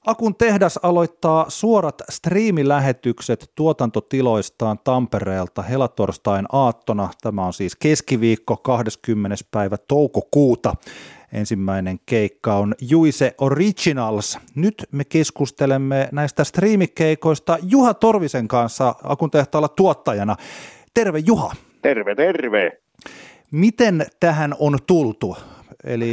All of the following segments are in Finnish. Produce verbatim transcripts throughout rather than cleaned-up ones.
Akun tehdas aloittaa suorat striimilähetykset tuotantotiloistaan Tampereelta helatorstain aattona. Tämä on siis keskiviikko kahdeskymmenes päivä toukokuuta. Ensimmäinen keikka on Juice Originals. Nyt me keskustelemme näistä striimikeikoista Juha Torvisen kanssa Akun tehtaalla tuottajana. Terve Juha. Terve, terve. Miten tähän on tultu? Eli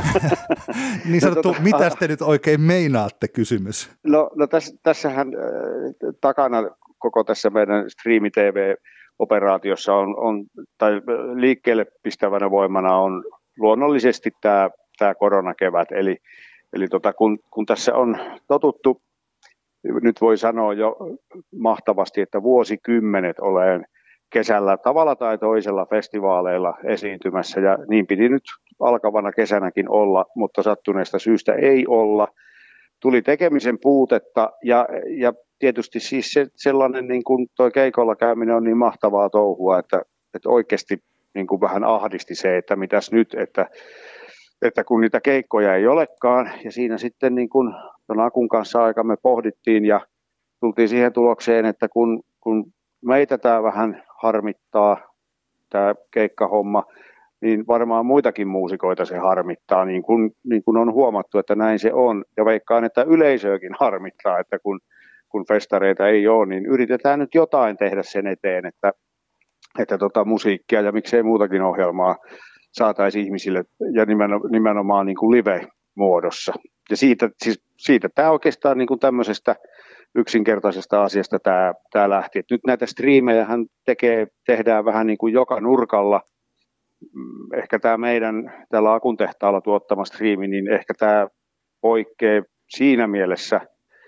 niin sanottu, no, tota, mitä te nyt oikein meinaatte kysymys? No, no tässä, tässähän äh, takana koko tässä meidän Streami-T V-operaatiossa on, on, tai liikkeelle pistävänä voimana on luonnollisesti tämä, tämä koronakevät. Eli, eli tota, kun, kun tässä on totuttu, nyt voi sanoa jo mahtavasti, että vuosikymmenet olen kesällä tavalla tai toisella festivaaleilla esiintymässä, ja niin piti nyt alkavana kesänäkin olla, mutta sattuneesta syystä ei olla. Tuli tekemisen puutetta, ja, ja tietysti siis se, sellainen niin kuin toi keikolla käyminen on niin mahtavaa touhua, että, että oikeasti niin kuin vähän ahdisti se, että mitäs nyt, että, että kun niitä keikkoja ei olekaan, ja siinä sitten niin kuin ton Akun kanssa aika me pohdittiin, ja tultiin siihen tulokseen, että kun, kun meitä tämä vähän harmittaa, tämä keikkahomma, niin varmaan muitakin muusikoita se harmittaa, niin kuin, niin kuin on huomattu, että näin se on. Ja veikkaan, että yleisöäkin harmittaa, että kun, kun festareita ei ole, niin yritetään nyt jotain tehdä sen eteen, että, että tota musiikkia ja miksei muutakin ohjelmaa saataisiin ihmisille ja nimenomaan, nimenomaan niin kuin live-muodossa. Ja siitä, siis siitä tämä oikeastaan niin kuin tämmöisestä yksinkertaisesta asiasta tämä, tämä lähti. Et nyt näitä striimejähän tekee, tehdään vähän niin kuin joka nurkalla. Ehkä tämä meidän täällä Akun tehtaalla tuottama striimi, niin ehkä tämä poikkeaa siinä mielessä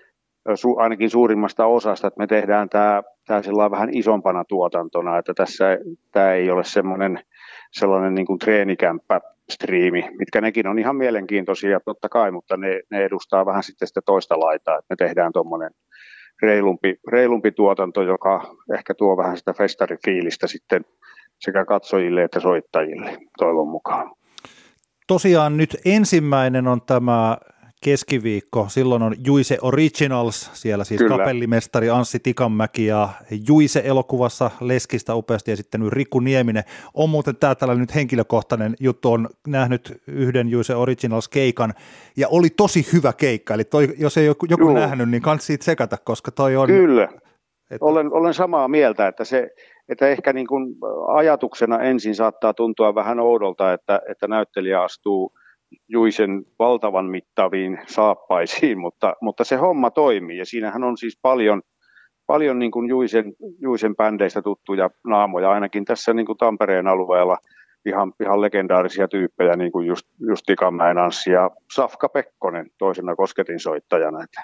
su, ainakin suurimmasta osasta, että me tehdään tämä, tämä sellainen vähän isompana tuotantona, että tässä tämä ei ole semmoinen sellainen niin kuin treenikämppä striimi, mitkä nekin on ihan mielenkiintoisia totta kai, mutta ne, ne edustaa vähän sitten sitä toista laitaa, että me tehdään tuommoinen reilumpi, reilumpi tuotanto, joka ehkä tuo vähän sitä festarifiilistä sitten sekä katsojille että soittajille, toivon mukaan. Tosiaan nyt ensimmäinen on tämä keskiviikko, silloin on Juice Originals, siellä siis Kyllä. kapellimestari Anssi Tikanmäki ja Juice-elokuvassa Leskistä upeasti esittänyt Riku Nieminen. On muuten tämä tällainen nyt henkilökohtainen juttu, on nähnyt yhden Juice Originals-keikan ja oli tosi hyvä keikka, eli toi, jos ei joku Juu. nähnyt, niin kannattaa siitä sekata, koska toi on... Kyllä, että... olen, olen samaa mieltä, että se... Että ehkä niin kuin ajatuksena ensin saattaa tuntua vähän oudolta, että, että näyttelijä astuu Juicen valtavan mittaviin saappaisiin, mutta, mutta se homma toimii. Ja siinähän on siis paljon, paljon niin kuin Juicen, Juicen bändeistä tuttuja naamoja, ainakin tässä niin kuin Tampereen alueella ihan, ihan legendaarisia tyyppejä, niin kuin just, just Tikanmäen Anssi ja Safka Pekkonen toisena kosketinsoittajana. Että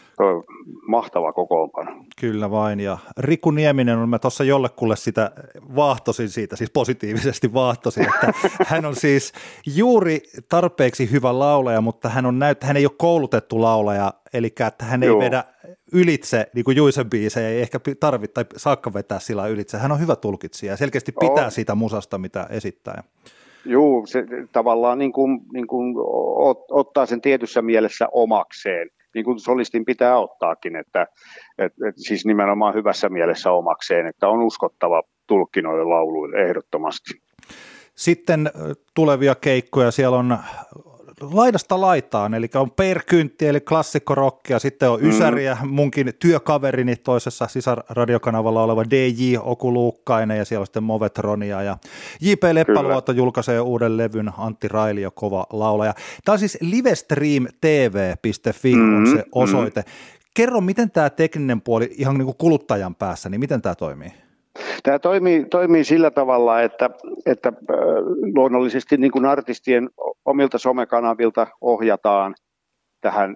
mahtava kokoonpano. Kyllä vain, ja Riku Nieminen on, mä tuossa jollekulle sitä vaahtosin siitä, siis positiivisesti vaahtosin, että hän on siis juuri tarpeeksi hyvä laulaja, mutta hän, on näyt, hän ei ole koulutettu laulaja, eli että hän ei Joo. vedä ylitse, niin kuin Juicen biisejä ei ehkä tarvitse tai saakka vetää sillä ylitse. Hän on hyvä tulkitsija ja selkeästi pitää oh. siitä musasta, mitä esittää. Joo, se tavallaan niin kuin, niin kuin ottaa sen tietyssä mielessä omakseen. Niin kuin solistin pitää ottaakin, että, että, että siis nimenomaan hyvässä mielessä omakseen, että on uskottava tulkki noille lauluille ehdottomasti. Sitten tulevia keikkoja, siellä on laidasta laitaan, eli on Perkyntti, eli klassikkorokkia, sitten on Ysäriä, mm. munkin työkaverini toisessa sisarradiokanavalla oleva D J Oku Luukkainen, ja siellä on sitten Movetronia, ja J P Leppäluoto julkaisee uuden levyn, Antti Railio, kova laulaja. Tämä on siis livestreamtv piste fi mm, on se osoite. Mm. Kerro, miten tämä tekninen puoli ihan niin kuin kuluttajan päässä, niin miten tämä toimii? Tämä toimii, toimii sillä tavalla, että, että luonnollisesti niin kuin artistien omilta somekanavilta ohjataan tähän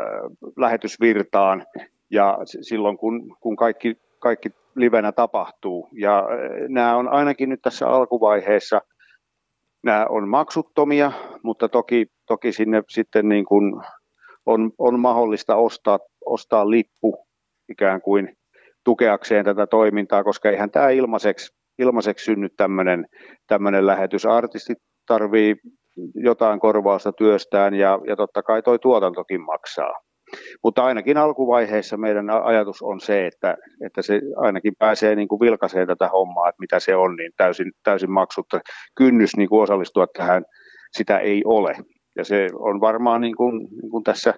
lähetysvirtaan ja silloin kun, kun kaikki, kaikki livenä tapahtuu. Ja nämä on ainakin nyt tässä alkuvaiheessa, nämä on maksuttomia, mutta toki, toki sinne sitten niin kuin on, on mahdollista ostaa, ostaa lippu ikään kuin tukeakseen tätä toimintaa, koska eihän tämä ilmaiseksi, ilmaiseksi synny tämmöinen, tämmöinen lähetys. Artistit tarvii jotain korvausta työstään ja, ja totta kai toi tuotantokin maksaa. Mutta ainakin alkuvaiheessa meidän ajatus on se, että, että se ainakin pääsee niin kuin vilkaisee tätä hommaa, että mitä se on, niin täysin, täysin maksutta. Kynnys niin kuin osallistua tähän, sitä ei ole. Ja se on varmaan niin kuin, niin kuin tässä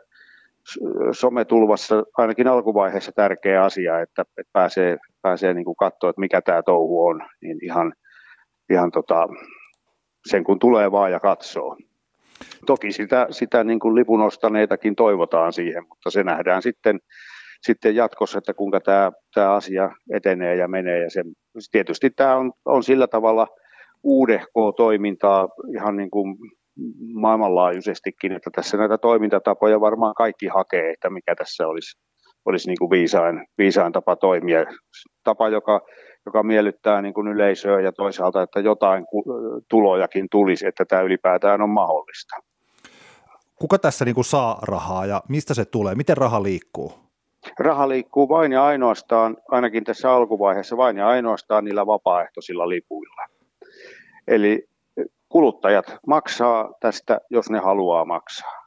sometulvassa ainakin alkuvaiheessa tärkeä asia, että, että pääsee, pääsee niin kuin katsoa, että mikä tämä touhu on, niin ihan, ihan tota, sen kun tulee vaan ja katsoo. Toki sitä, sitä niin kuin lipun ostaneitakin toivotaan siihen, mutta se nähdään sitten, sitten jatkossa, että kuinka tämä, tämä asia etenee ja menee. Ja se, tietysti tämä on, on sillä tavalla uudehkoa toimintaa ihan niin kuin maailmanlaajuisestikin, että tässä näitä toimintatapoja varmaan kaikki hakee, että mikä tässä olisi, olisi niin kuin viisain, viisain tapa toimia. Tapa, joka, joka miellyttää niin kuin yleisöä ja toisaalta, että jotain tulojakin tulisi, että tämä ylipäätään on mahdollista. Kuka tässä niin kuin saa rahaa ja mistä se tulee? Miten raha liikkuu? Raha liikkuu vain ja ainoastaan, ainakin tässä alkuvaiheessa, vain ja ainoastaan niillä vapaaehtoisilla lipuilla. Eli kuluttajat maksaa tästä, jos ne haluaa maksaa.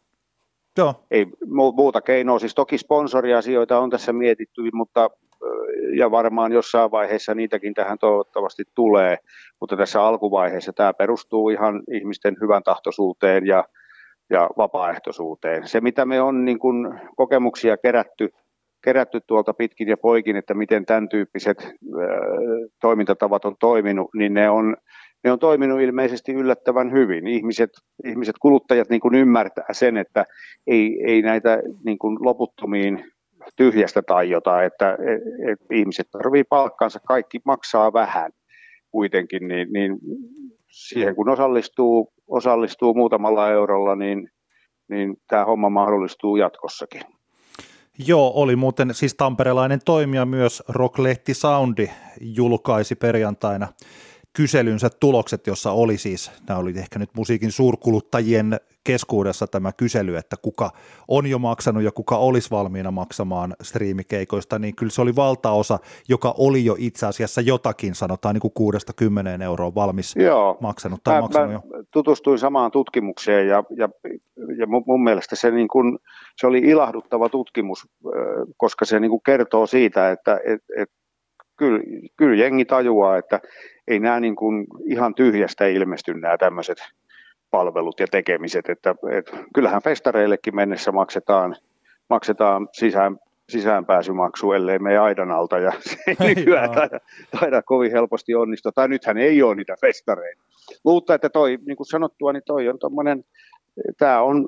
Joo. Ei muuta keinoa, siis toki sponsoriasioita on tässä mietitty, mutta ja varmaan jossain vaiheessa niitäkin tähän toivottavasti tulee, mutta tässä alkuvaiheessa tämä perustuu ihan ihmisten hyvän tahtoisuuteen ja, ja vapaaehtoisuuteen. Se, mitä me on niin kuin kokemuksia kerätty, kerätty tuolta pitkin ja poikin, että miten tämän tyyppiset ää, toimintatavat on toiminut, niin ne on Ne on toiminut ilmeisesti yllättävän hyvin. Ihmiset, ihmiset kuluttajat niin kuin ymmärtää sen, että ei, ei näitä niin kuin loputtomiin tyhjästä tajota, että et, et ihmiset tarvitsee palkkansa, kaikki maksaa vähän kuitenkin, niin, niin siihen kun osallistuu, osallistuu muutamalla eurolla, niin, niin tämä homma mahdollistuu jatkossakin. Joo, oli muuten siis tamperelainen toimija myös Rocklehti Soundi julkaisi perjantaina kyselynsä tulokset, jossa oli siis, nämä oli ehkä nyt musiikin suurkuluttajien keskuudessa tämä kysely, että kuka on jo maksanut ja kuka olisi valmiina maksamaan striimikeikoista, niin kyllä se oli valtaosa, joka oli jo itse asiassa jotakin, sanotaan niin kuin kuudesta kymmeneen euroa valmis Joo. maksanut. Tai mä, maksanut mä jo. tutustuin samaan tutkimukseen ja, ja, ja mun mielestä se, niin kuin, se oli ilahduttava tutkimus, koska se niin kuin kertoo siitä, että et, et, Kyllä, kyllä jengi tajuaa, että ei nämä niin kuin ihan tyhjästä ilmesty nämä tämmöiset palvelut ja tekemiset, että, että kyllähän festareillekin mennessä maksetaan, maksetaan sisään, sisäänpääsymaksu, ellei mene aidan alta, ja se ei nykyään taida, taida kovin helposti onnistua, tai nythän ei ole niitä festareita. Mutta että toi, niin kuin sanottua, niin toi on tommoinen, tämä on,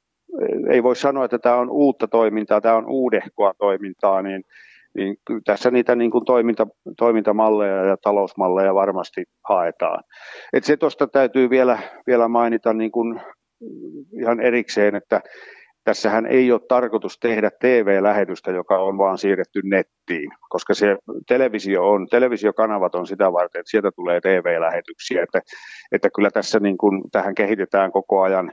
ei voi sanoa, että tämä on uutta toimintaa, tämä on uudehkoa toimintaa, niin niin tässä niitä niin kuin toiminta, toimintamalleja ja talousmalleja varmasti haetaan. Et se tuosta täytyy vielä, vielä mainita niin kuin ihan erikseen, että tässähän ei ole tarkoitus tehdä T V-lähetystä, joka on vaan siirretty nettiin, koska se televisio on, televisiokanavat on sitä varten, että sieltä tulee T V-lähetyksiä, että, että kyllä tässä niin kuin, tähän kehitetään koko ajan.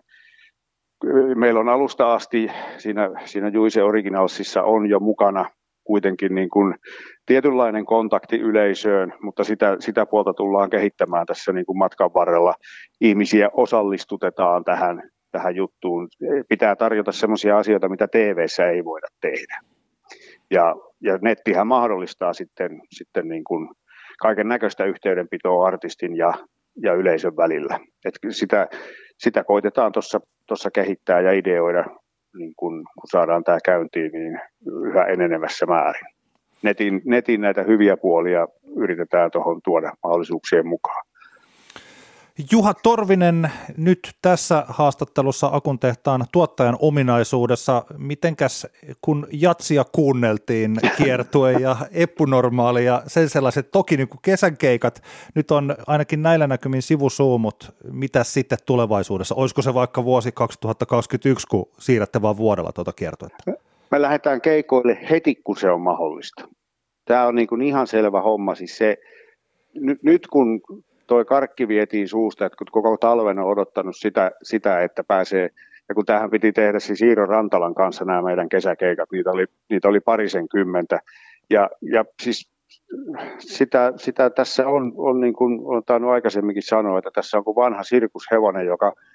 Meillä on alusta asti siinä, siinä Juise Originalsissa on jo mukana kuitenkin niin kuin tietynlainen kontakti yleisöön, mutta sitä, sitä puolta tullaan kehittämään tässä niin kuin matkan varrella. Ihmisiä osallistutetaan tähän, tähän juttuun. Pitää tarjota sellaisia asioita, mitä T V:ssä ei voida tehdä. Ja, ja nettihän mahdollistaa sitten, sitten niin kuin kaiken näköistä yhteydenpitoa artistin ja, ja yleisön välillä. Et sitä, sitä koitetaan tuossa kehittää ja ideoida. Niin kun, kun saadaan tämä käyntiin, niin yhä enenevässä määrin. Netin, netin näitä hyviä puolia yritetään tuohon tuoda mahdollisuuksien mukaan. Juha Torvinen nyt tässä haastattelussa Akun tehtaan tuottajan ominaisuudessa. Mitenkäs kun jatsia kuunneltiin kiertue ja Eppunormaali ja sen sellaiset, toki niin kuin kesän keikat, nyt on ainakin näillä näkymin sivusuumut, mitä sitten tulevaisuudessa? Olisiko se vaikka vuosi kaksituhattakaksikymmentäyksi, kun siirrätte vaan vuodella tuota kiertuetta? Me lähdetään keikoille heti, kun se on mahdollista. Tämä on niin kuin ihan selvä homma. Siis se, nyt, nyt kun toi karkki vietiin suusta, että kun koko talven on odottanut sitä, sitä, että pääsee, ja kun tähän piti tehdä siis Iiro Rantalan kanssa nämä meidän kesäkeikat, niitä oli, niitä oli parisen kymmentä, ja, ja siis sitä, sitä tässä on, on niin kuin olen tainnut aikaisemminkin sanoa, että tässä on kuin vanha sirkushevonen, joka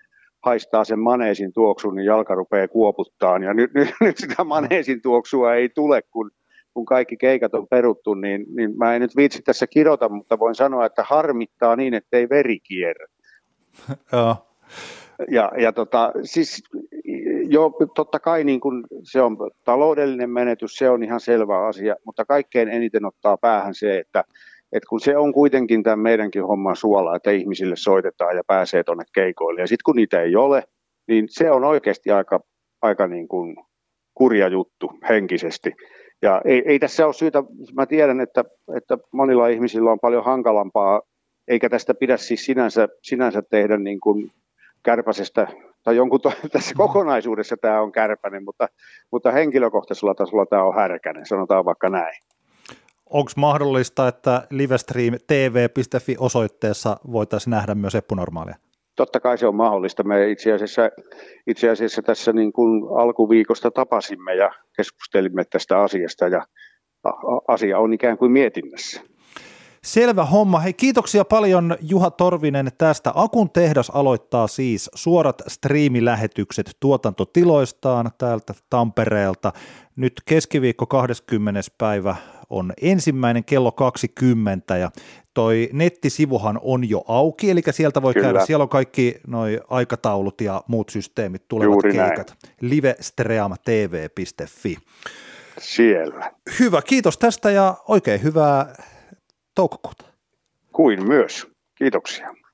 haistaa sen maneesin tuoksun, niin jalka rupeaa kuoputtaan. Ja nyt, nyt, nyt sitä maneesin tuoksua ei tule, kun, kun kaikki keikat on peruttu, niin, niin mä en nyt viitsi tässä kirota, mutta voin sanoa, että harmittaa niin, ettei veri kierrä. Joo. Ja, ja tota, siis jo, totta kai niin kun se on taloudellinen menetys, se on ihan selvä asia, mutta kaikkein eniten ottaa päähän se, että, että kun se on kuitenkin tämän meidänkin homman suola, että ihmisille soitetaan ja pääsee tuonne keikoille, ja sitten kun niitä ei ole, niin se on oikeasti aika, aika niin kuin kurja juttu henkisesti. Ja ei, ei tässä ole syytä, mä tiedän, että, että monilla ihmisillä on paljon hankalampaa, eikä tästä pidä siis sinänsä, sinänsä tehdä niin kuin kärpäsestä, tai jonkun to, tässä kokonaisuudessa tämä on kärpäinen, mutta, mutta henkilökohtaisella tasolla tämä on härkäinen, sanotaan vaikka näin. Onko mahdollista, että livestream t v piste f i osoitteessa voitaisiin nähdä myös Eppu Normaalia? Totta kai se on mahdollista. Me itse asiassa, itse asiassa tässä niin kuin alkuviikosta tapasimme ja keskustelimme tästä asiasta, ja asia on ikään kuin mietinnässä. Selvä homma. Hei, kiitoksia paljon Juha Torvinen tästä. Akun tehdas aloittaa siis suorat striimilähetykset tuotantotiloistaan täältä Tampereelta. Nyt keskiviikko kahdeskymmenes päivä on ensimmäinen kello kaksikymmentä ja toi nettisivuhan on jo auki, eli sieltä voi Kyllä. käydä. Siellä on kaikki noi aikataulut ja muut systeemit, tulevat Juuri keikat. Näin. livestream t v piste f i. Siellä. Hyvä, kiitos tästä ja oikein hyvää toukokuuta. Kuin myös. Kiitoksia.